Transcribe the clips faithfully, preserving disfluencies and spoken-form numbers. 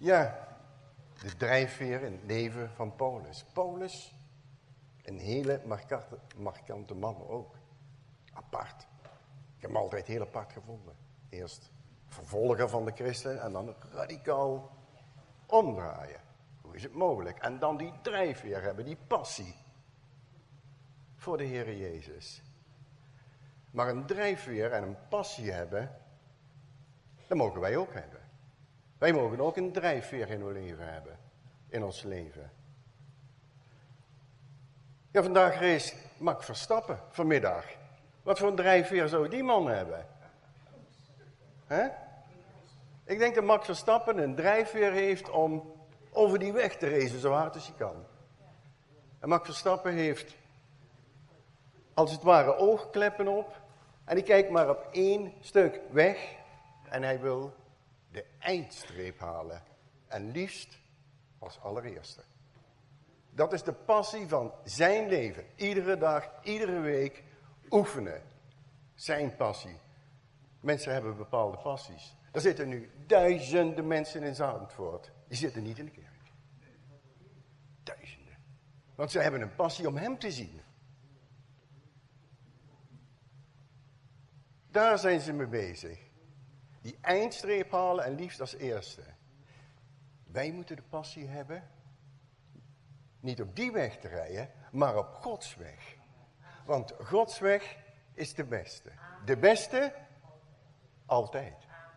Ja, de drijfveer in het leven van Paulus. Paulus, een hele markante, markante man ook. Apart. Ik heb hem altijd heel apart gevonden. Eerst vervolger van de christen en dan radicaal omdraaien. Hoe is het mogelijk? En dan die drijfveer hebben, die passie voor de Heere Jezus. Maar een drijfveer en een passie hebben, dat mogen wij ook hebben. Wij mogen ook een drijfveer in ons leven hebben. In ons leven. Ja, vandaag race Max Verstappen vanmiddag. Wat voor een drijfveer zou die man hebben? Hè? Ik denk dat Max Verstappen een drijfveer heeft om over die weg te racen zo hard als hij kan. En Max Verstappen heeft als het ware oogkleppen op. En die kijkt maar op één stuk weg. En hij wil de eindstreep halen. En liefst als allereerste. Dat is de passie van zijn leven. Iedere dag, iedere week oefenen. Zijn passie. Mensen hebben bepaalde passies. Er zitten nu duizenden mensen in Zandvoort. Die zitten niet in de kerk. Duizenden. Want ze hebben een passie om hem te zien. Daar zijn ze mee bezig. Die eindstreep halen en liefst als eerste. Wij moeten de passie hebben. Niet op die weg te rijden, maar op Gods weg. Want Gods weg is de beste. De beste, altijd.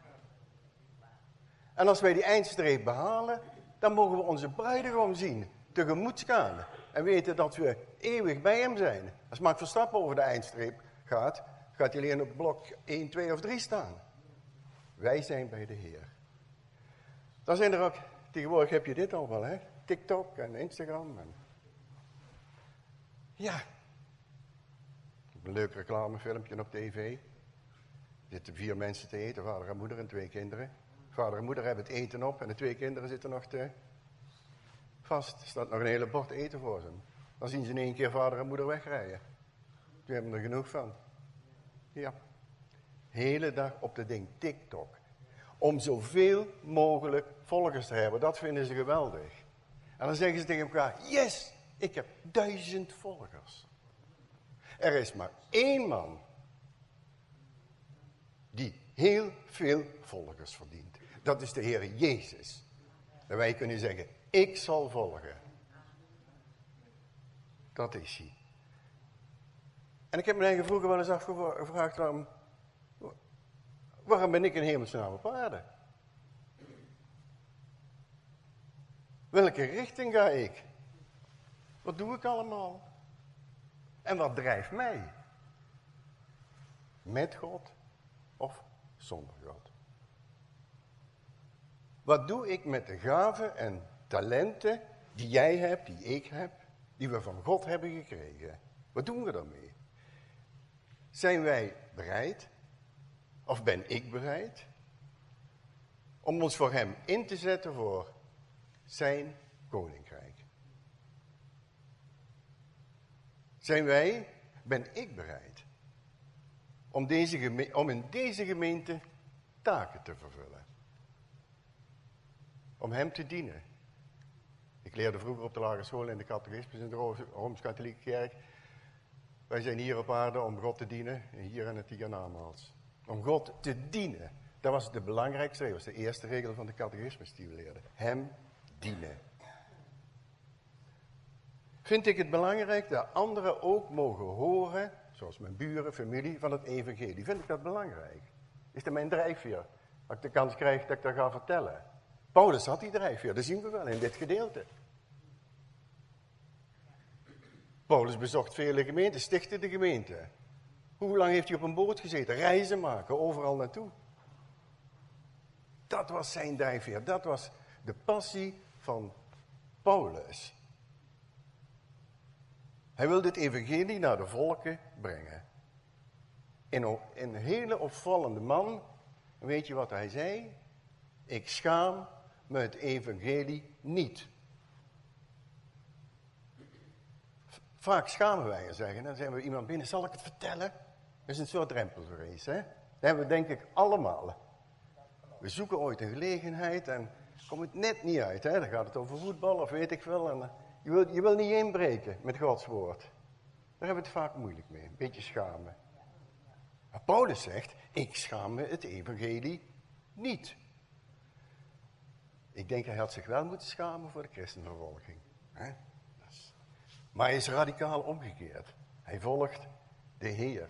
En als wij die eindstreep behalen, dan mogen we onze bruidegom zien. Tegemoet gaan. En weten dat we eeuwig bij hem zijn. Als Max Verstappen over de eindstreep gaat, gaat hij alleen op blok één, twee of drie staan. Wij zijn bij de Heer. Dan zijn er ook, tegenwoordig heb je dit al wel, hè? TikTok en Instagram. En... Ja. Een leuk reclamefilmpje op tv. Er zitten vier mensen te eten, vader en moeder en twee kinderen. Vader en moeder hebben het eten op en de twee kinderen zitten nog te vast. Er staat nog een hele bord eten voor ze. Dan zien ze in één keer vader en moeder wegrijden. Die hebben er genoeg van. Ja. Hele dag op de ding TikTok. Om zoveel mogelijk volgers te hebben. Dat vinden ze geweldig. En dan zeggen ze tegen elkaar, yes, ik heb duizend volgers. Er is maar één man die heel veel volgers verdient. Dat is de Heer Jezus. En wij kunnen zeggen, ik zal volgen. Dat is hij. En ik heb me eigenlijk vroeger wel eens afgevraagd, waarom, waarom ben ik in hemelsnaam op aarde? Welke richting ga ik? Wat doe ik allemaal? En wat drijft mij? Met God of zonder God? Wat doe ik met de gaven en talenten die jij hebt, die ik heb, die we van God hebben gekregen? Wat doen we daarmee? Zijn wij bereid, of ben ik bereid, om ons voor hem in te zetten voor zijn koninkrijk? Zijn wij, ben ik bereid, om, deze geme- om in deze gemeente taken te vervullen? Om hem te dienen. Ik leerde vroeger op de lagere school in de catechismus in de Rooms-Katholieke Kerk. Wij zijn hier op aarde om God te dienen, hier in het hiernamaals. Om God te dienen. Dat was de belangrijkste regel, dat was de eerste regel van de catechismus die we leerden. Hem dienen. Vind ik het belangrijk dat anderen ook mogen horen, zoals mijn buren, familie, van het evangelie. Vind ik dat belangrijk? Is dat mijn drijfveer? Dat ik de kans krijg dat ik dat ga vertellen. Paulus had die drijfveer, dat zien we wel in dit gedeelte. Paulus bezocht vele gemeenten, stichtte de gemeente. Hoe lang heeft hij op een boot gezeten? Reizen maken, overal naartoe. Dat was zijn drijfveer, dat was de passie van Paulus. Hij wilde het evangelie naar de volken brengen. In een hele opvallende man, weet je wat hij zei? Ik schaam me het evangelie niet. Vaak schamen wij en zeggen, dan zijn we iemand binnen, zal ik het vertellen? Dat is een soort drempelvrees, hè? Dat hebben we denk ik allemaal. We zoeken ooit een gelegenheid en komt het net niet uit. Hè? Dan gaat het over voetbal of weet ik veel. En, uh, je, wil, je wil niet inbreken met Gods woord. Daar hebben we het vaak moeilijk mee. Een beetje schamen. Maar Paulus zegt, ik schaam me het evangelie niet. Ik denk hij had zich wel moeten schamen voor de christenvervolging. Hè? Maar hij is radicaal omgekeerd. Hij volgt de Heer.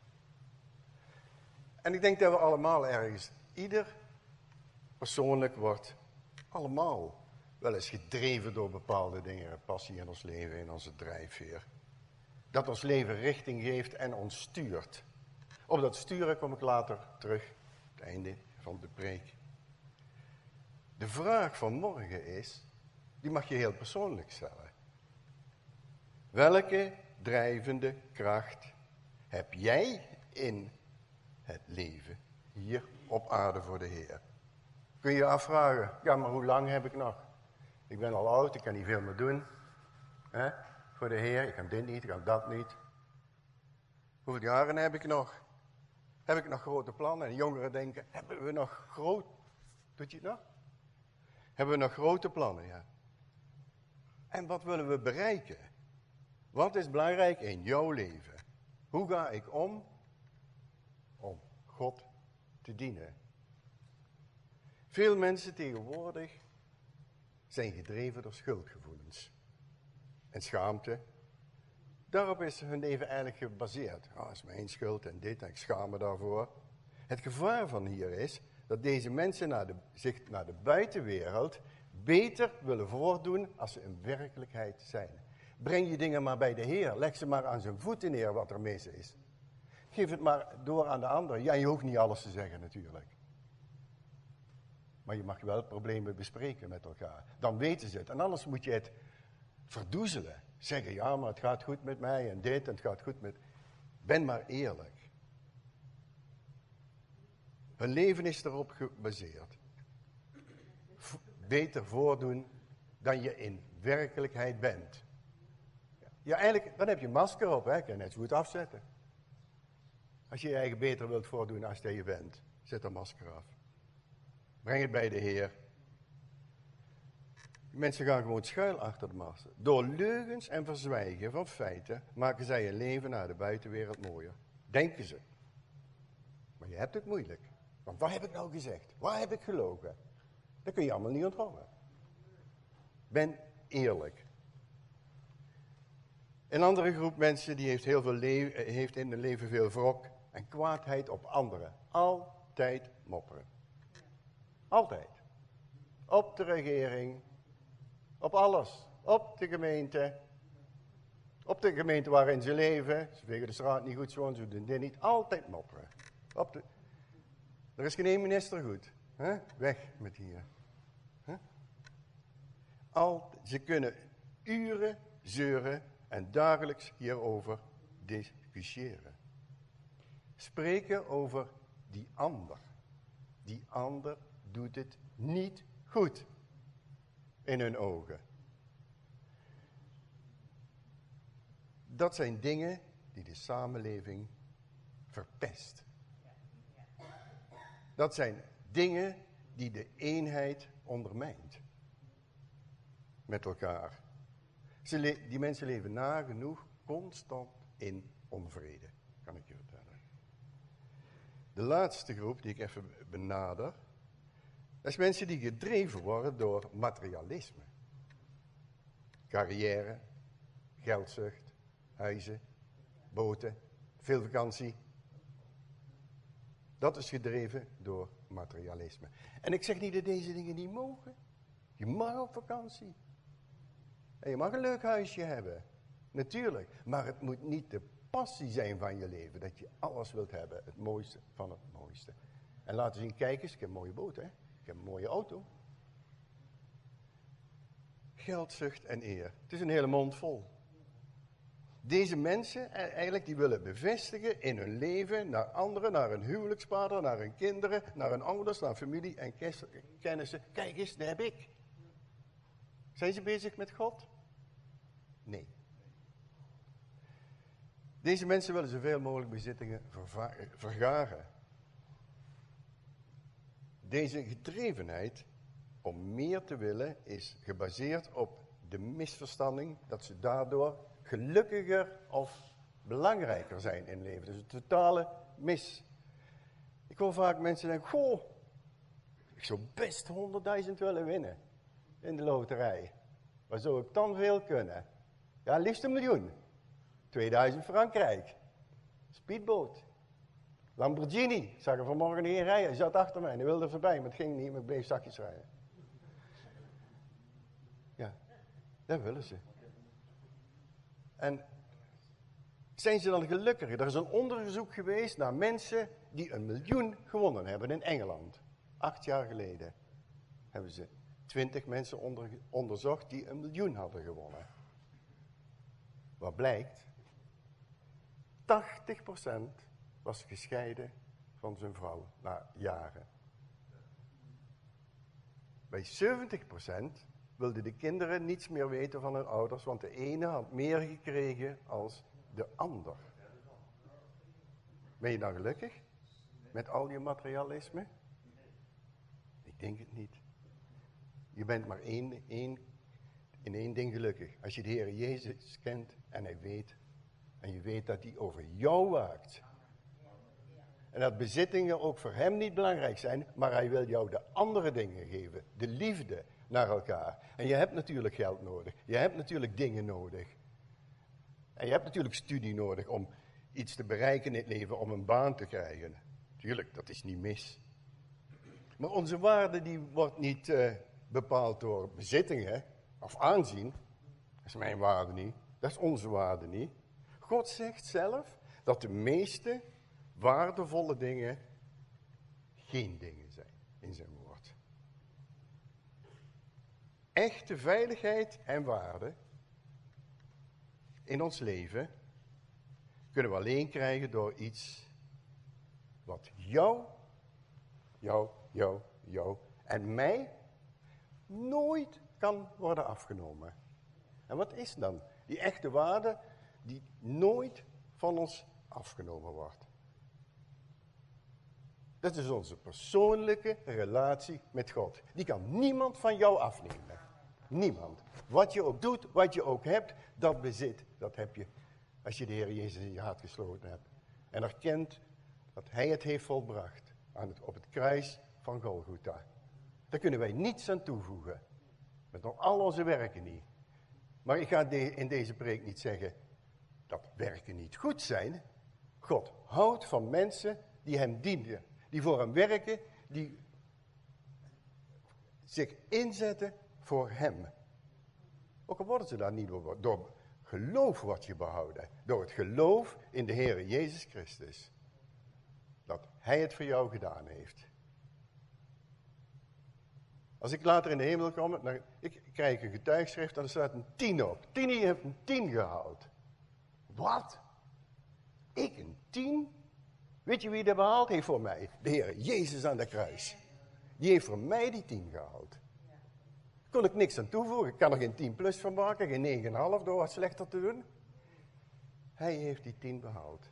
En ik denk dat we allemaal ergens, ieder persoonlijk wordt allemaal wel eens gedreven door bepaalde dingen. Een passie in ons leven, in onze drijfveer. Dat ons leven richting geeft en ons stuurt. Op dat sturen kom ik later terug. Het einde van de preek. De vraag van morgen is, die mag je heel persoonlijk stellen. Welke drijvende kracht heb jij in het leven hier op aarde voor de Heer? Kun je je afvragen, ja maar hoe lang heb ik nog? Ik ben al oud, ik kan niet veel meer doen. Hè? Voor de Heer, ik kan dit niet, ik kan dat niet. Hoeveel jaren heb ik nog? Heb ik nog grote plannen? En jongeren denken, hebben we nog groot... Doet je het nog? Hebben we nog grote plannen, ja. En wat willen we bereiken? Wat is belangrijk in jouw leven? Hoe ga ik om? Om God te dienen. Veel mensen tegenwoordig zijn gedreven door schuldgevoelens. En schaamte. Daarop is hun leven eigenlijk gebaseerd. Ah, dat is mijn schuld en dit en ik schaam me daarvoor. Het gevaar van hier is dat deze mensen naar de, zich naar de buitenwereld beter willen voordoen als ze in werkelijkheid zijn. Breng je dingen maar bij de Heer. Leg ze maar aan zijn voeten neer wat er mis is. Geef het maar door aan de ander. Ja, je hoeft niet alles te zeggen natuurlijk. Maar je mag wel problemen bespreken met elkaar. Dan weten ze het. En anders moet je het verdoezelen. Zeggen, ja, maar het gaat goed met mij en dit en het gaat goed met... Ben maar eerlijk. Hun leven is erop gebaseerd. V- beter voordoen dan je in werkelijkheid bent. Ja, eigenlijk, dan heb je een masker op, hè. Kan je net zo goed afzetten. Als je je eigen beter wilt voordoen als je bent, zet een masker af. Breng het bij de Heer. Mensen gaan gewoon schuil achter de masker. Door leugens en verzwijgen van feiten maken zij hun leven naar de buitenwereld mooier. Denken ze. Maar je hebt het moeilijk. Want wat heb ik nou gezegd? Waar heb ik gelogen? Dat kun je allemaal niet onthouden. Ben eerlijk. Een andere groep mensen die heeft, heel veel le- heeft in hun leven veel wrok en kwaadheid op anderen. Altijd mopperen. Altijd. Op de regering. Op alles. Op de gemeente. Op de gemeente waarin ze leven. Ze vegen de straat niet goed schoon, ze doen dit niet. Altijd mopperen. Op de... Er is geen één minister goed. Hè? Weg met hier. Hè? Al... Ze kunnen uren zeuren en dagelijks hierover discussiëren. Spreken over die ander. Die ander doet het niet goed in hun ogen. Dat zijn dingen die de samenleving verpest. Dat zijn dingen die de eenheid ondermijnt. Met elkaar. Ze le- die mensen leven nagenoeg constant in onvrede. Kan ik je vertellen. De laatste groep die ik even benader. Dat is mensen die gedreven worden door materialisme. Carrière, geldzucht, huizen, boten, veel vakantie. Dat is gedreven door materialisme. En ik zeg niet dat deze dingen niet mogen. Je mag op vakantie. En je mag een leuk huisje hebben. Natuurlijk. Maar het moet niet de passie zijn van je leven. Dat je alles wilt hebben. Het mooiste van het mooiste. En laten zien, kijk eens, ik heb een mooie boot, hè. Ik heb een mooie auto. Geldzucht en eer. Het is een hele mond vol. Deze mensen, eigenlijk, die willen bevestigen in hun leven naar anderen, naar hun huwelijkspartner, naar hun kinderen, naar hun ouders, naar familie en kennissen. Kijk eens, dat heb ik. Zijn ze bezig met God? Nee. Deze mensen willen zoveel mogelijk bezittingen verva- vergaren. Deze gedrevenheid om meer te willen is gebaseerd op de misverstanding dat ze daardoor gelukkiger of belangrijker zijn in het leven. Dus een totale mis. Ik hoor vaak mensen denken, goh, ik zou best honderdduizend willen winnen in de loterij. Waar zou ik dan veel kunnen? Ja, liefst een miljoen. tweeduizend Frankrijk. Speedboot. Lamborghini. Ik zag er vanmorgen niet in rijden. Hij zat achter mij en hij wilde er voorbij, maar het ging niet, maar ik bleef zakjes rijden. Ja, dat willen ze. En zijn ze dan gelukkiger? Er is een onderzoek geweest naar mensen die een miljoen gewonnen hebben in Engeland. Acht jaar geleden hebben ze twintig mensen onder, onderzocht die een miljoen hadden gewonnen. Wat blijkt? tachtig procent was gescheiden van zijn vrouw na jaren. Bij zeventig procent wilden de kinderen niets meer weten van hun ouders, want de ene had meer gekregen als de ander. Ben je dan gelukkig met al je materialisme? Ik denk het niet. Je bent maar één, één, in één ding gelukkig. Als je de Heer Jezus kent en hij weet, en je weet dat hij over jou waakt. En dat bezittingen ook voor hem niet belangrijk zijn, maar hij wil jou de andere dingen geven. De liefde naar elkaar. En je hebt natuurlijk geld nodig. Je hebt natuurlijk dingen nodig. En je hebt natuurlijk studie nodig om iets te bereiken in het leven, om een baan te krijgen. Tuurlijk, dat is niet mis. Maar onze waarde die wordt niet uh, bepaald door bezittingen of aanzien. Dat is mijn waarde niet. Dat is onze waarde niet. God zegt zelf dat de meeste waardevolle dingen geen dingen zijn in zijn woord. Echte veiligheid en waarde in ons leven kunnen we alleen krijgen door iets wat jou, jou, jou, jou en mij nooit kan worden afgenomen. En wat is dan die echte waarde die nooit van ons afgenomen wordt? Dat is onze persoonlijke relatie met God. Die kan niemand van jou afnemen. Niemand. Wat je ook doet, wat je ook hebt, dat bezit, dat heb je. Als je de Heer Jezus in je hart gesloten hebt. En erkent dat Hij het heeft volbracht aan het, op het kruis van Golgotha. Daar kunnen wij niets aan toevoegen. Met nog al onze werken niet. Maar ik ga de, in deze preek niet zeggen dat werken niet goed zijn. God houdt van mensen die hem dienen. Die voor hem werken, die zich inzetten voor hem. Ook al worden ze daar niet door, door geloof wordt je behouden. Door het geloof in de Heer Jezus Christus. Dat Hij het voor jou gedaan heeft. Als ik later in de hemel kom, dan, ik krijg een getuigschrift en er staat een tien op. Tini heeft een tien gehaald. Wat? Ik een tien? Weet je wie dat behaald heeft voor mij? De Heer Jezus aan de kruis. Die heeft voor mij die tien gehaald. Kon ik niks aan toevoegen. Ik kan er geen tien plus van maken, geen negen komma vijf door wat slechter te doen. Hij heeft die tien behaald.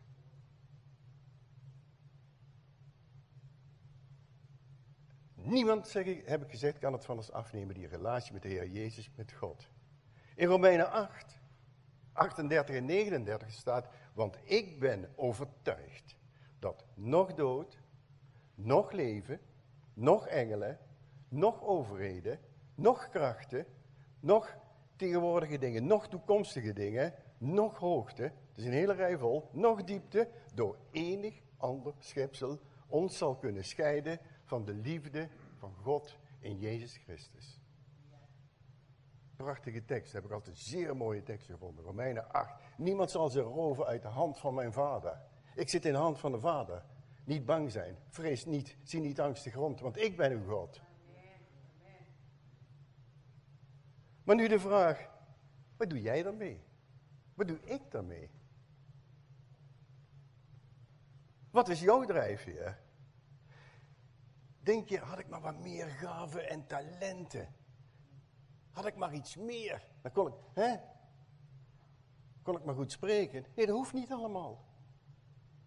Niemand, zeg ik, heb ik gezegd, kan het van ons afnemen, die relatie met de Heer Jezus, met God. In Romeinen acht, achtendertig en negenendertig staat, want ik ben overtuigd dat nog dood, nog leven, nog engelen, nog overheden, nog krachten, nog tegenwoordige dingen, nog toekomstige dingen, nog hoogte, het is een hele rij vol, nog diepte, door enig ander schepsel ons zal kunnen scheiden van de liefde van God in Jezus Christus. Prachtige tekst, heb ik altijd een zeer mooie tekst gevonden. Romeinen acht. Niemand zal ze roven uit de hand van mijn vader. Ik zit in de hand van de Vader. Niet bang zijn, vrees niet, zie niet angstig rond, want ik ben uw God. Maar nu de vraag, wat doe jij daarmee? Wat doe ik daarmee? Wat is jouw drijfveer? Denk je, had ik maar wat meer gaven en talenten? Had ik maar iets meer? Dan kon ik, hè? Kon ik maar goed spreken? Nee, dat hoeft niet allemaal.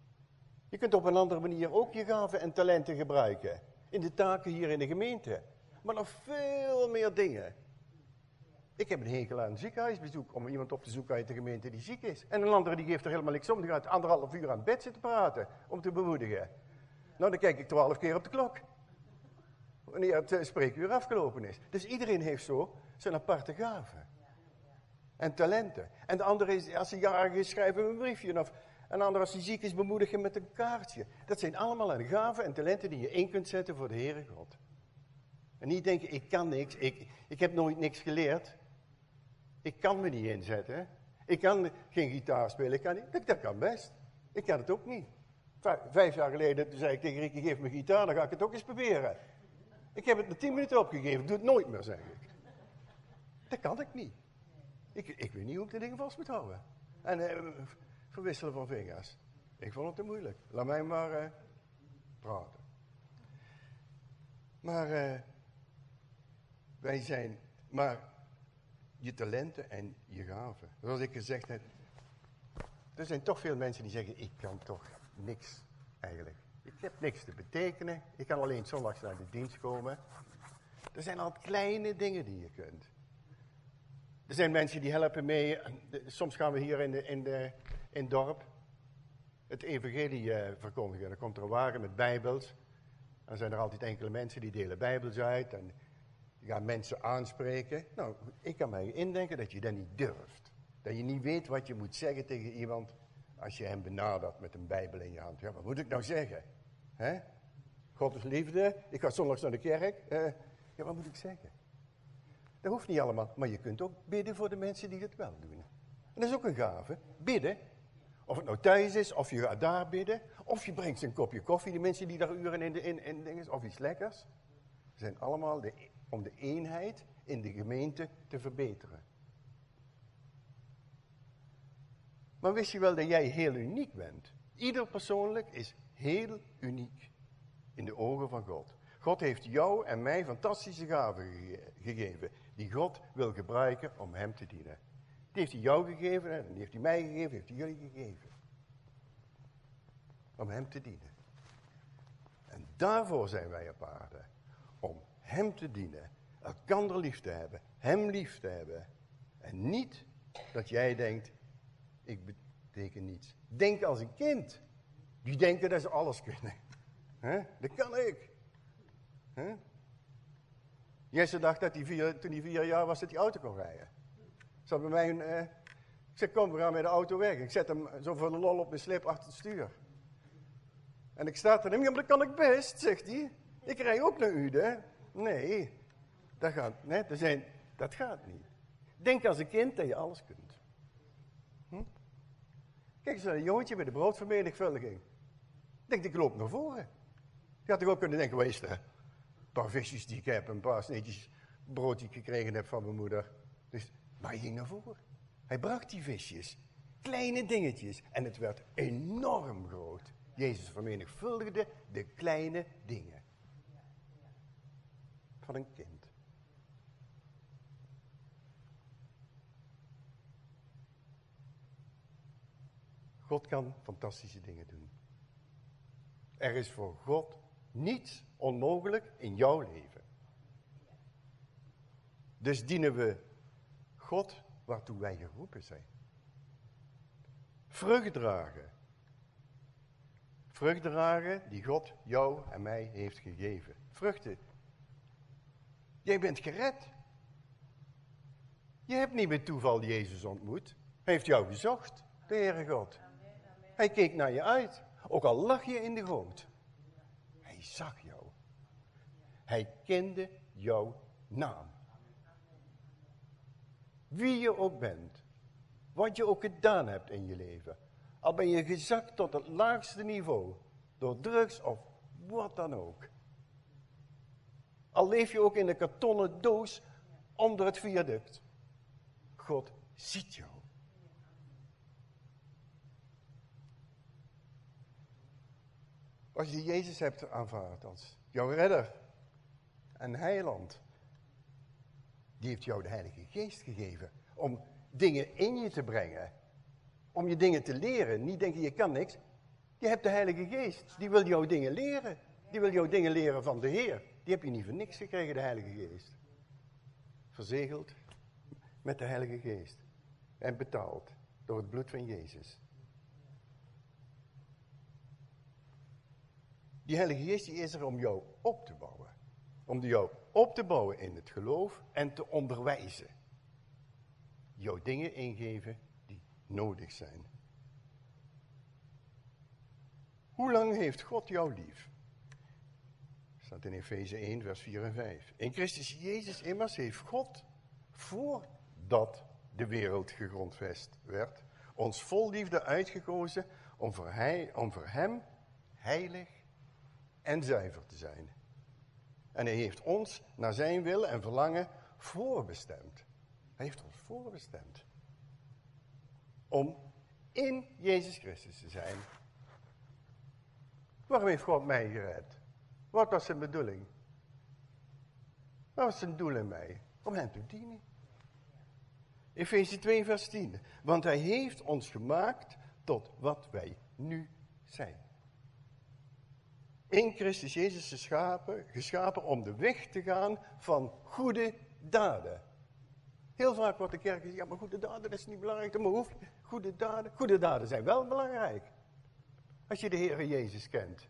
Je kunt op een andere manier ook je gaven en talenten gebruiken. In de taken hier in de gemeente. Maar nog veel meer dingen. Ik heb een hekel aan een ziekenhuisbezoek om iemand op te zoeken uit de gemeente die ziek is. En een andere die geeft er helemaal niks om. Die gaat anderhalf uur aan het bed zitten praten om te bemoedigen. Nou, dan kijk ik twaalf keer op de klok. Wanneer het uh, spreekuur afgelopen is. Dus iedereen heeft zo zijn aparte gaven. En talenten. En de andere is, als hij jarig is, schrijven we een briefje. Of een ander als hij ziek is, bemoedigen met een kaartje. Dat zijn allemaal een gaven en talenten die je in kunt zetten voor de Heere God. En niet denken, ik kan niks, ik, ik heb nooit niks geleerd. Ik kan me niet inzetten. Ik kan geen gitaar spelen, ik kan niet. Dat, dat kan best. Ik kan het ook niet. Vijf, vijf jaar geleden toen zei ik tegen Ricky, geef me gitaar, dan ga ik het ook eens proberen. Ik heb het na tien minuten opgegeven, ik doe het nooit meer, zeg ik. Dat kan ik niet. Ik, ik weet niet hoe ik de dingen vast moet houden. En eh, verwisselen van vingers. Ik vond het te moeilijk. Laat mij maar eh, praten. Maar eh, wij zijn, maar je talenten en je gaven. Zoals ik gezegd heb, er zijn toch veel mensen die zeggen, ik kan toch niks eigenlijk. Ik heb niks te betekenen. Ik kan alleen zondags naar de dienst komen. Er zijn al kleine dingen die je kunt. Er zijn mensen die helpen mee. Soms gaan we hier in, de, in, de, in het dorp het evangelie uh, verkondigen. Dan komt er een wagen met bijbels. Dan zijn er altijd enkele mensen die delen bijbels uit. En die gaan mensen aanspreken. Nou, ik kan mij indenken dat je dat niet durft. Dat je niet weet wat je moet zeggen tegen iemand als je hem benadert met een bijbel in je hand. Ja, wat moet ik nou zeggen? Hè? God is liefde. Ik ga zondags naar de kerk. Uh, ja, wat moet ik zeggen? Dat hoeft niet allemaal, maar je kunt ook bidden voor de mensen die het wel doen. En dat is ook een gave, bidden. Of het nou thuis is, of je gaat daar bidden, of je brengt een kopje koffie, die mensen die daar uren in de in, in dingen, of iets lekkers. Ze zijn allemaal de, om de eenheid in de gemeente te verbeteren. Maar wist je wel dat jij heel uniek bent? Ieder persoonlijk is heel uniek in de ogen van God. God heeft jou en mij fantastische gaven gege- gegeven, die God wil gebruiken om hem te dienen. Die heeft hij jou gegeven en die heeft hij mij gegeven, heeft hij jullie gegeven. Om hem te dienen. En daarvoor zijn wij op aarde. Om hem te dienen. Elkander lief te hebben. Hem lief te hebben. En niet dat jij denkt, ik beteken niets. Denk als een kind. Die denken dat ze alles kunnen. He? Dat kan ik. Huh? Jesse dacht dat hij vier, toen hij vier jaar was dat hij auto kon rijden. Zat bij mij een, uh, ik zei, kom, we gaan met de auto weg. Ik zet hem zo voor de lol op mijn slip achter het stuur. En ik sta er, ja, maar dat kan ik best, zegt hij. Ik rij ook naar Uden. Nee, dat gaat, nee, dat, zijn, dat gaat niet. Denk als een kind dat je alles kunt. Hm? Kijk eens naar een jongetje bij de broodvermenigvuldiging. Denk, ik loop naar voren. Je had toch ook kunnen denken, wat is er? Een paar visjes die ik heb, een paar sneetjes brood die ik gekregen heb van mijn moeder. Dus, maar hij ging naar voren. Hij bracht die visjes, kleine dingetjes, en het werd enorm groot. Jezus vermenigvuldigde de kleine dingen van een kind. God kan fantastische dingen doen. Er is voor God niets onmogelijk in jouw leven. Dus dienen we God waartoe wij geroepen zijn. Vrucht dragen. Vrucht dragen die God jou en mij heeft gegeven. Vruchten. Jij bent gered. Je hebt niet met toeval Jezus ontmoet. Hij heeft jou gezocht, de Heere God. Hij keek naar je uit. Ook al lag je in de goot. Hij zag jou. Hij kende jouw naam. Wie je ook bent. Wat je ook gedaan hebt in je leven. Al ben je gezakt tot het laagste niveau. Door drugs of wat dan ook. Al leef je ook in een kartonnen doos onder het viaduct. God ziet jou. Als je Jezus hebt aanvaard als jouw redder en heiland. Die heeft jou de Heilige Geest gegeven. Om dingen in je te brengen. Om je dingen te leren. Niet denken je kan niks. Je hebt de Heilige Geest. Die wil jou dingen leren. Die wil jou dingen leren van de Heer. Die Die heb je niet voor niks gekregen, de Heilige Geest. Verzegeld met de Heilige Geest. En betaald door het bloed van Jezus. Die Heilige Geest die is er om jou op te bouwen. Om jou op te bouwen in het geloof en te onderwijzen. Jou dingen ingeven die nodig zijn. Hoe lang heeft God jou lief? Staat in Efeze één, vers vier en vijf. In Christus Jezus immers heeft God, voordat de wereld gegrondvest werd, ons vol liefde uitgekozen om voor, hij, om voor hem heilig en zuiver te zijn. En hij heeft ons naar zijn wil en verlangen voorbestemd. Hij heeft ons voorbestemd. Om in Jezus Christus te zijn. Waarom heeft God mij gered? Wat was zijn bedoeling? Wat was zijn doel in mij? Om hem te dienen. Efeze twee vers tien. Want hij heeft ons gemaakt tot wat wij nu zijn. In Christus Jezus geschapen, geschapen om de weg te gaan van goede daden. Heel vaak wordt de kerk gezegd, ja maar goede daden dat is niet belangrijk, maar hoef goede daden. Goede daden zijn wel belangrijk. Als je de Heere Jezus kent.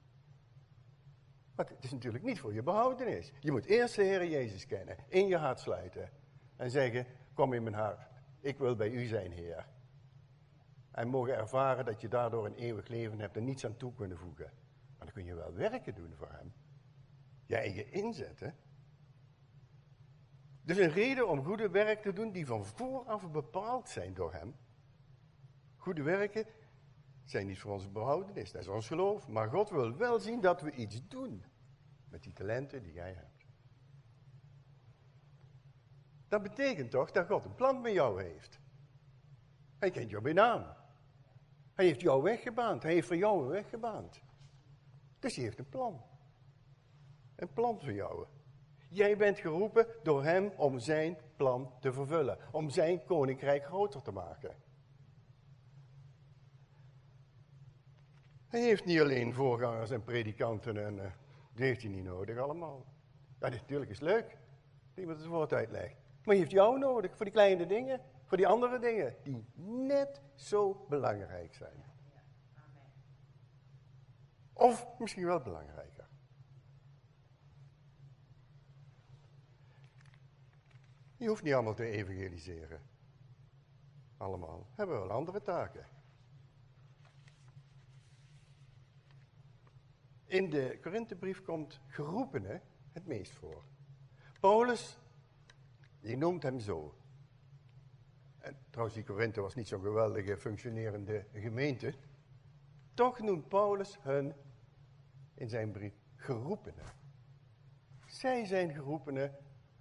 Maar het is natuurlijk niet voor je behoudenis. Je moet eerst de Heere Jezus kennen, in je hart sluiten. En zeggen, kom in mijn hart, ik wil bij u zijn Heer. En mogen ervaren dat je daardoor een eeuwig leven hebt en niets aan toe kunnen voegen. Maar dan kun je wel werken doen voor hem. Je eigen inzetten. Dus een reden om goede werk te doen die van vooraf bepaald zijn door hem. Goede werken zijn niet voor onze behoudenis, dat is ons geloof. Maar God wil wel zien dat we iets doen met die talenten die jij hebt. Dat betekent toch dat God een plan met jou heeft. Hij kent jou bij naam. Hij heeft jou weggebaand. Hij heeft voor jou een weg gebaand. Dus hij heeft een plan. Een plan voor jou. Jij bent geroepen door hem om zijn plan te vervullen. Om zijn koninkrijk groter te maken. Hij heeft niet alleen voorgangers en predikanten en uh, die heeft hij niet nodig allemaal. Ja, natuurlijk is het leuk. Dat iemand het woord uitlegt. Maar hij heeft jou nodig voor die kleine dingen. Voor die andere dingen die net zo belangrijk zijn. Of misschien wel belangrijker. Je hoeft niet allemaal te evangeliseren. Allemaal. Hebben we wel andere taken. In de Korinthebrief komt geroepene het meest voor. Paulus, die noemt hem zo. En trouwens, die Korinthe was niet zo'n geweldige functionerende gemeente. Toch noemt Paulus hun in zijn brief geroepenen. Zij zijn geroepenen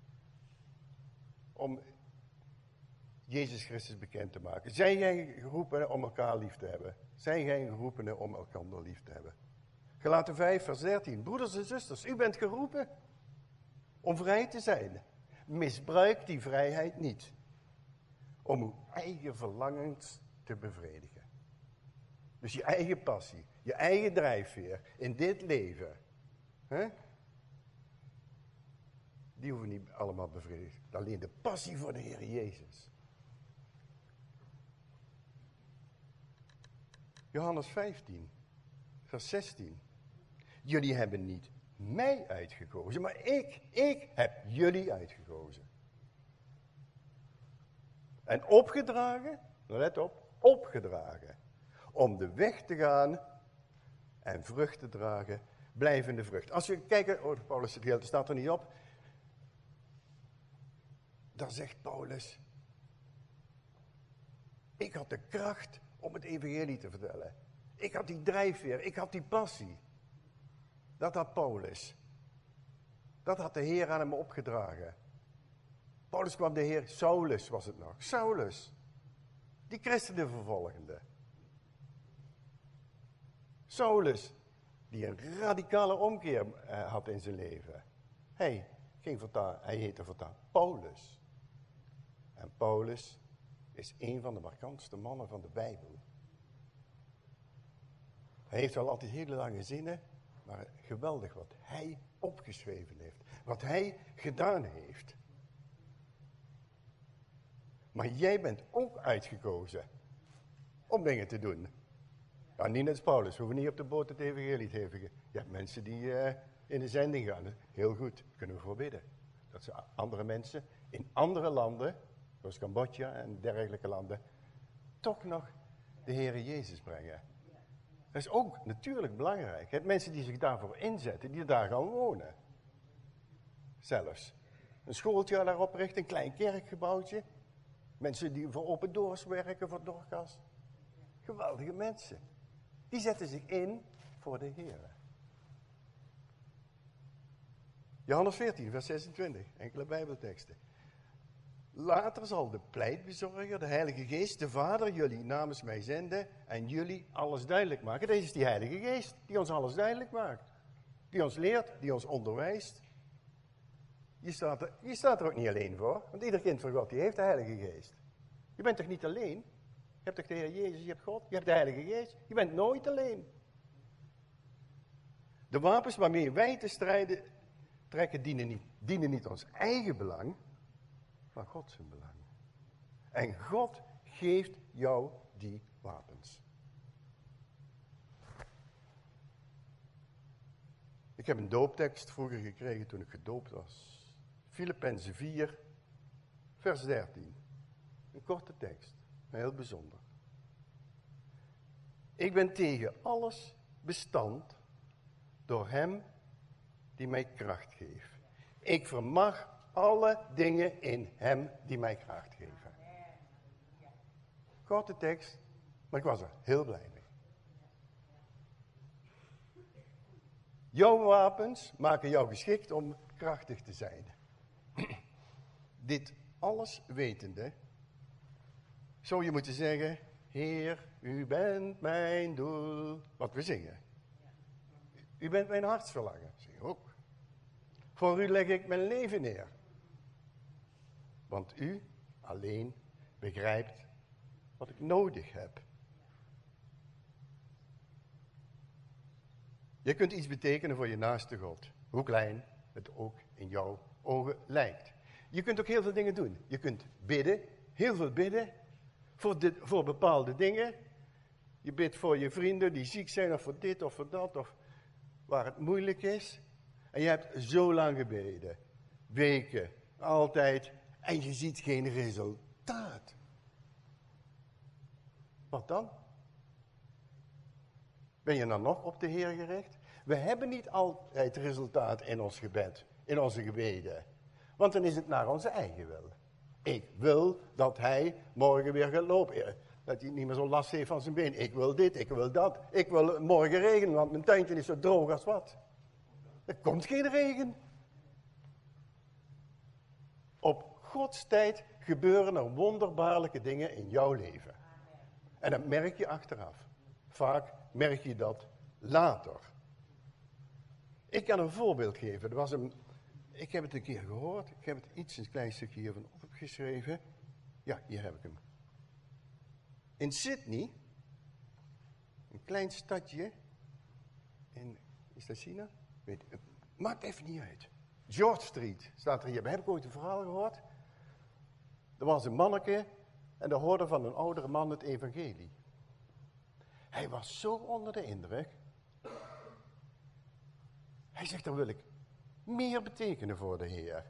om Jezus Christus bekend te maken. Zij zijn geroepenen om elkaar lief te hebben. Zij zijn geroepenen om elkaar lief te hebben. Galaten vijf vers dertien. Broeders en zusters, u bent geroepen om vrij te zijn. Misbruik die vrijheid niet. Om uw eigen verlangens te bevredigen. Dus je eigen passie, je eigen drijfveer in dit leven. Hè? Die hoeven niet allemaal bevredigd. Alleen de passie voor de Heer Jezus. Johannes vijftien, vers zestien. Jullie hebben niet mij uitgekozen, maar ik, ik heb jullie uitgekozen. En opgedragen, let op, opgedragen. Om de weg te gaan en vrucht te dragen, blijvende vrucht. Als we kijken, oh, Paulus, het gedeelte staat er niet op. Dan zegt Paulus, ik had de kracht om het evangelie te vertellen. Ik had die drijfveer, ik had die passie. Dat had Paulus. Dat had de Heer aan hem opgedragen. Paulus kwam de Heer, Saulus was het nog, Saulus. Die christenen vervolgende. Saulus, die een radicale omkeer uh, had in zijn leven. Hij, ging voortaan, hij heette voortaan Paulus. En Paulus is een van de markantste mannen van de Bijbel. Hij heeft wel altijd hele lange zinnen, maar geweldig wat hij opgeschreven heeft. Wat hij gedaan heeft. Maar jij bent ook uitgekozen om dingen te doen. Ja, niet net als Paulus, we hoeven niet op de boot het evangelie te geven. Je hebt mensen die uh, in de zending gaan. Heel goed, kunnen we voor bidden. Dat ze andere mensen in andere landen, zoals Cambodja en dergelijke landen, toch nog de Heere Jezus brengen. Dat is ook natuurlijk belangrijk. Je hebt mensen die zich daarvoor inzetten, die daar gaan wonen. Zelfs. Een schooltje daarop richten, een klein kerkgebouwtje. Mensen die voor Open Doors werken, voor Dorcas. Geweldige mensen. Die zetten zich in voor de Heere. Johannes veertien, vers zesentwintig, enkele bijbelteksten. Later zal de pleitbezorger, de Heilige Geest, de Vader, jullie namens mij zenden en jullie alles duidelijk maken. Deze is die Heilige Geest die ons alles duidelijk maakt. Die ons leert, die ons onderwijst. Je staat er, je staat er ook niet alleen voor, want ieder kind van God die heeft de Heilige Geest. Je bent toch niet alleen? Je hebt toch de Heer Jezus, je hebt God, je hebt de Heilige Geest. Je bent nooit alleen. De wapens waarmee wij te strijden trekken dienen niet, dienen niet ons eigen belang, maar God zijn belang. En God geeft jou die wapens. Ik heb een dooptekst vroeger gekregen toen ik gedoopt was. Filippenzen vier, vers dertien. Een korte tekst, maar heel bijzonder. Ik ben tegen alles bestand door hem die mij kracht geeft. Ik vermag alle dingen in hem die mij kracht geven. Korte tekst, maar ik was er heel blij mee. Jouw wapens maken jou geschikt om krachtig te zijn. Dit alles wetende, zou je moeten zeggen, Heer, u bent mijn doel. Wat we zingen. U bent mijn hartsverlangen, zing ik ook. Voor u leg ik mijn leven neer. Want u alleen begrijpt wat ik nodig heb. Je kunt iets betekenen voor je naaste God. Hoe klein het ook in jouw ogen lijkt. Je kunt ook heel veel dingen doen. Je kunt bidden, heel veel bidden. Voor, de, voor bepaalde dingen. Je bidt voor je vrienden die ziek zijn of voor dit of voor dat. Of waar het moeilijk is. En je hebt zo lang gebeden. Weken, altijd. En je ziet geen resultaat. Wat dan? Ben je dan nog op de Heer gericht? We hebben niet altijd resultaat in ons gebed, in onze gebeden. Want dan is het naar onze eigen wil. Ik wil dat hij morgen weer gaat lopen. Dat hij niet meer zo last heeft van zijn been. Ik wil dit, ik wil dat. Ik wil morgen regen, want mijn tuintje is zo droog als wat. Er komt geen regen. Op Gods tijd gebeuren er wonderbaarlijke dingen in jouw leven. En dat merk je achteraf. Vaak merk je dat later. Ik kan een voorbeeld geven. Er was een, ik heb het een keer gehoord. Ik heb het iets, een klein stukje hiervan opgeschreven. Ja, hier heb ik hem. In Sydney, een klein stadje, in, is dat China? Weet, maakt even niet uit. George Street staat er hier. Heb ik ooit een verhaal gehoord? Er was een manneke en daar hoorde van een oudere man het evangelie. Hij was zo onder de indruk. Hij zegt, dan wil ik meer betekenen voor de Heer.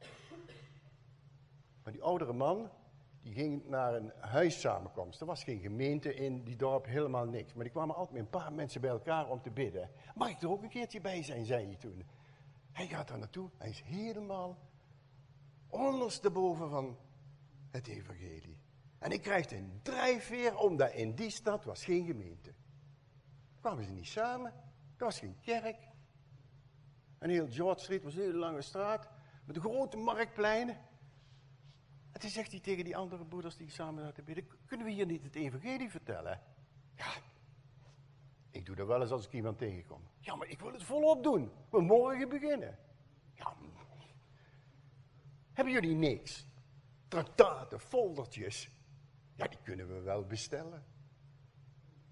Maar die oudere man, die ging naar een huissamenkomst. Er was geen gemeente in die dorp, helemaal niks. Maar die kwamen altijd met een paar mensen bij elkaar om te bidden. Mag ik er ook een keertje bij zijn, zei hij toen. Hij gaat daar naartoe, hij is helemaal ondersteboven van het evangelie. En hij krijgt een drijfveer, omdat in die stad was geen gemeente. Kwamen ze niet samen, er was geen kerk. En heel George Street was een hele lange straat, met een grote marktpleinen. En toen zegt hij tegen die andere broeders die samen zaten bidden, kunnen we hier niet het evangelie vertellen? Ja, ik doe dat wel eens als ik iemand tegenkom. Ja, maar ik wil het volop doen. We morgen beginnen. Ja, hebben jullie niks? Traktaten, foldertjes. Ja, die kunnen we wel bestellen.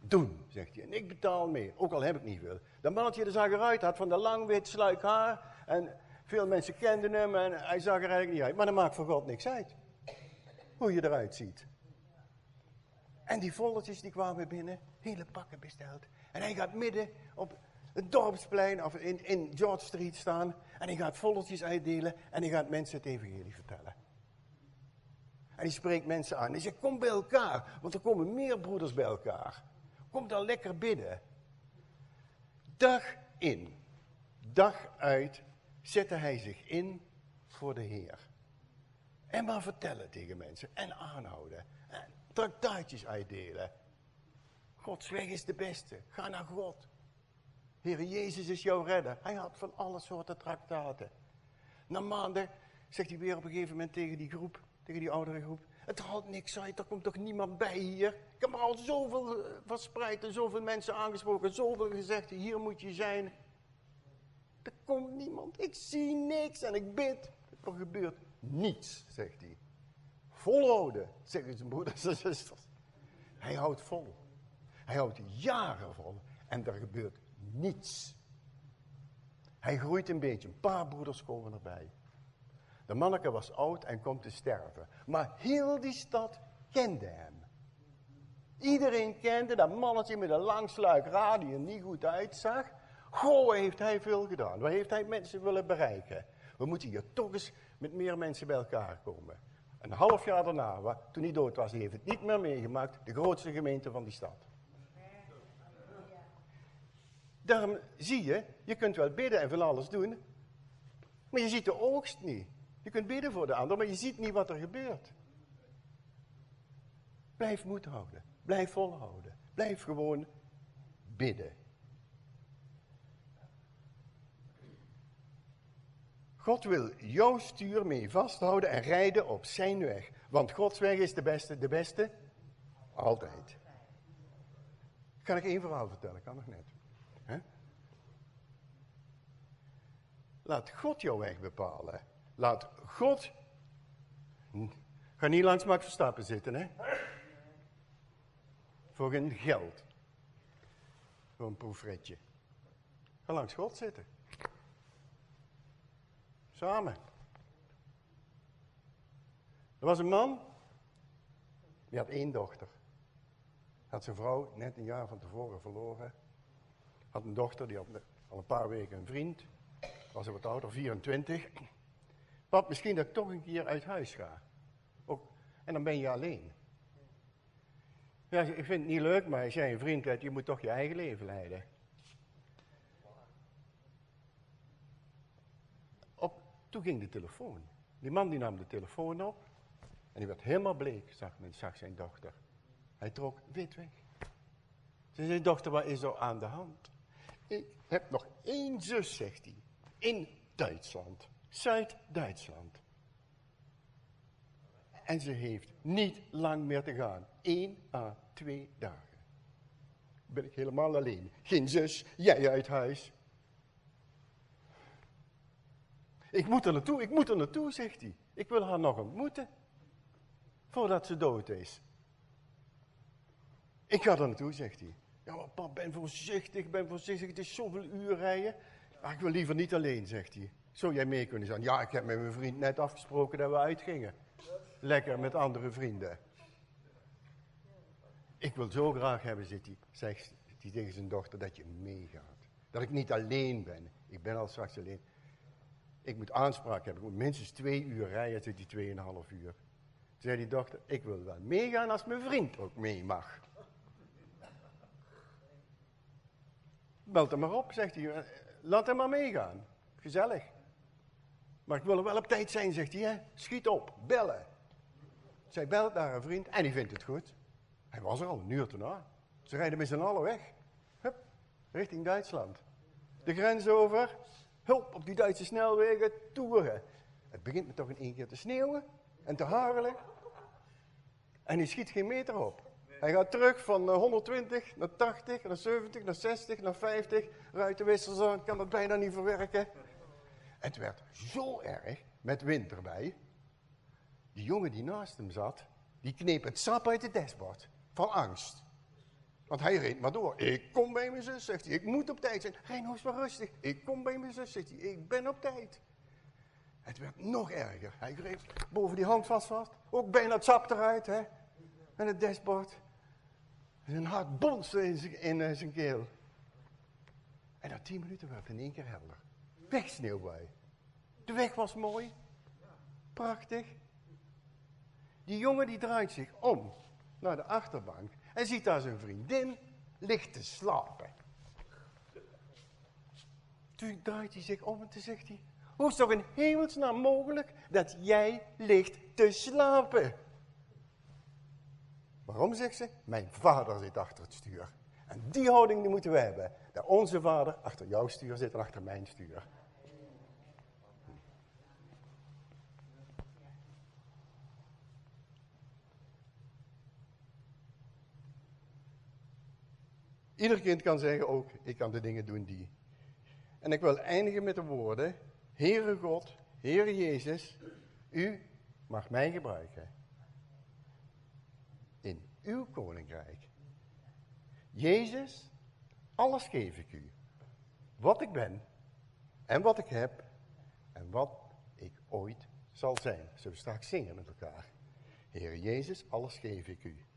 doen, zegt hij. En ik betaal mee, ook al heb ik niet veel. Dat mannetje dat zag eruit, had van de lang wit sluik haar. En veel mensen kenden hem en hij zag er eigenlijk niet uit. Maar dat maakt voor God niks uit. Hoe je eruit ziet. En die volletjes die kwamen binnen, hele pakken besteld. En hij gaat midden op het dorpsplein of in, in George Street staan. En hij gaat volletjes uitdelen en hij gaat mensen het evangelie vertellen. En hij spreekt mensen aan. Hij zegt, kom bij elkaar, want er komen meer broeders bij elkaar. Kom dan lekker bidden. Dag in, dag uit, zette hij zich in voor de Heer. En maar vertellen tegen mensen en aanhouden. En traktaatjes uitdelen. Gods weg is de beste. Ga naar God. Heer Jezus is jouw redder. Hij had van alle soorten traktaten. Na maanden zegt hij weer op een gegeven moment tegen die groep, tegen die oudere groep. Het haalt niks uit, er komt toch niemand bij hier. Ik heb er al zoveel verspreid en zoveel mensen aangesproken. Zoveel gezegd, hier moet je zijn. Er komt niemand, ik zie niks en ik bid. Er gebeurt niets, zegt hij. Volhouden, zeggen zijn broeders en zusters. Hij houdt vol. Hij houdt jaren vol en er gebeurt niets. Hij groeit een beetje, een paar broeders komen erbij. De manneke was oud en komt te sterven. Maar heel die stad kende hem. Iedereen kende dat mannetje met een lang sluik haar die er niet goed uitzag. Goh, heeft hij veel gedaan. Wat heeft hij mensen willen bereiken? We moeten hier toch eens met meer mensen bij elkaar komen. Een half jaar daarna, toen hij dood was, die heeft het niet meer meegemaakt. De grootste gemeente van die stad. Daarom zie je, je kunt wel bidden en van alles doen. Maar je ziet de oogst niet. Je kunt bidden voor de ander, maar je ziet niet wat er gebeurt. Blijf moed houden. Blijf volhouden. Blijf gewoon bidden. God wil jouw stuur mee vasthouden en rijden op zijn weg. Want Gods weg is de beste, de beste, altijd. Kan ik één verhaal vertellen? Kan nog net. He? Laat God jouw weg bepalen. Laat God... Ga niet langs Max Verstappen zitten, hè. Voor geen geld. Voor een proefritje. Ga langs God zitten. Samen. Er was een man, die had één dochter. Had zijn vrouw net een jaar van tevoren verloren. Had een dochter, die had al een paar weken een vriend. Was wat ouder, vierentwintig. Pap, misschien dat ik toch een keer uit huis ga. Ook, en dan ben je alleen. Ja, ik vind het niet leuk, maar als jij een vriend hebt, je moet toch je eigen leven leiden. Op, toen ging de telefoon. Die man die nam de telefoon op. En die werd helemaal bleek, zag, men, zag zijn dochter. Hij trok wit weg. Ze zei, dochter, wat is er aan de hand? Ik heb nog één zus, zegt hij. In Duitsland. Zuid-Duitsland. En ze heeft niet lang meer te gaan. Eén à twee dagen. Ben ik helemaal alleen. Geen zus, jij uit huis. Ik moet er naartoe, ik moet er naartoe, zegt hij. Ik wil haar nog ontmoeten. Voordat ze dood is. Ik ga er naartoe, zegt hij. Ja, maar pap, ben voorzichtig, ben voorzichtig. Het is zoveel uur rijden. Ah, ik wil liever niet alleen, zegt hij. Zou jij mee kunnen zijn? Ja, ik heb met mijn vriend net afgesproken dat we uitgingen. Lekker met andere vrienden. Ik wil zo graag hebben, zegt hij, zegt hij tegen zijn dochter, dat je meegaat. Dat ik niet alleen ben. Ik ben al straks alleen. Ik moet aanspraak hebben. Ik moet minstens twee uur rijden, zegt hij, tweeënhalf uur. Toen zei die dochter, ik wil wel meegaan als mijn vriend ook mee mag. Belt hem maar op, zegt hij. Laat hem maar meegaan. Gezellig. Maar ik wil er wel op tijd zijn, zegt hij. Hè? Schiet op, bellen. Zij belt naar een vriend en die vindt het goed. Hij was er al een uur daarna. Ze rijden met z'n allen weg. Hup, richting Duitsland. De grens over. Hulp op die Duitse snelwegen, toeren. Het begint me toch in één keer te sneeuwen en te harrelen. En hij schiet geen meter op. Hij gaat terug van honderdtwintig naar tachtig, naar zeventig, naar zestig, naar vijftig. Ruitenwissels, kan dat bijna niet verwerken. Het werd zo erg, met wind erbij. Die jongen die naast hem zat, die kneep het sap uit het dashboard. Van angst. Want hij reed maar door. Ik kom bij mijn zus, zegt hij. Ik moet op tijd zijn. Reinoos, maar rustig. Ik kom bij mijn zus, zegt hij. Ik ben op tijd. Het werd nog erger. Hij greep boven die handvast vast. Ook bijna het zak eruit, hè. En het dashboard. Zijn hart bonste in zijn, in uh, zijn keel. En na tien minuten werd het in één keer helder. Weg sneeuwbui. De weg was mooi. Prachtig. Die jongen die draait zich om naar de achterbank. En ziet daar zijn vriendin ligt te slapen. Toen draait hij zich om en toen zegt hij... Hoe is toch in hemelsnaam mogelijk dat jij ligt te slapen? Waarom, zegt ze? Mijn vader zit achter het stuur. En die houding die moeten we hebben. Dat onze vader achter jouw stuur zit en achter mijn stuur. Ieder kind kan zeggen ook, ik kan de dingen doen die. En ik wil eindigen met de woorden, Heere God, Heere Jezus, u mag mij gebruiken. In uw koninkrijk. Jezus, alles geef ik u. Wat ik ben en wat ik heb en wat ik ooit zal zijn. Zullen we straks zingen met elkaar. Heere Jezus, alles geef ik u.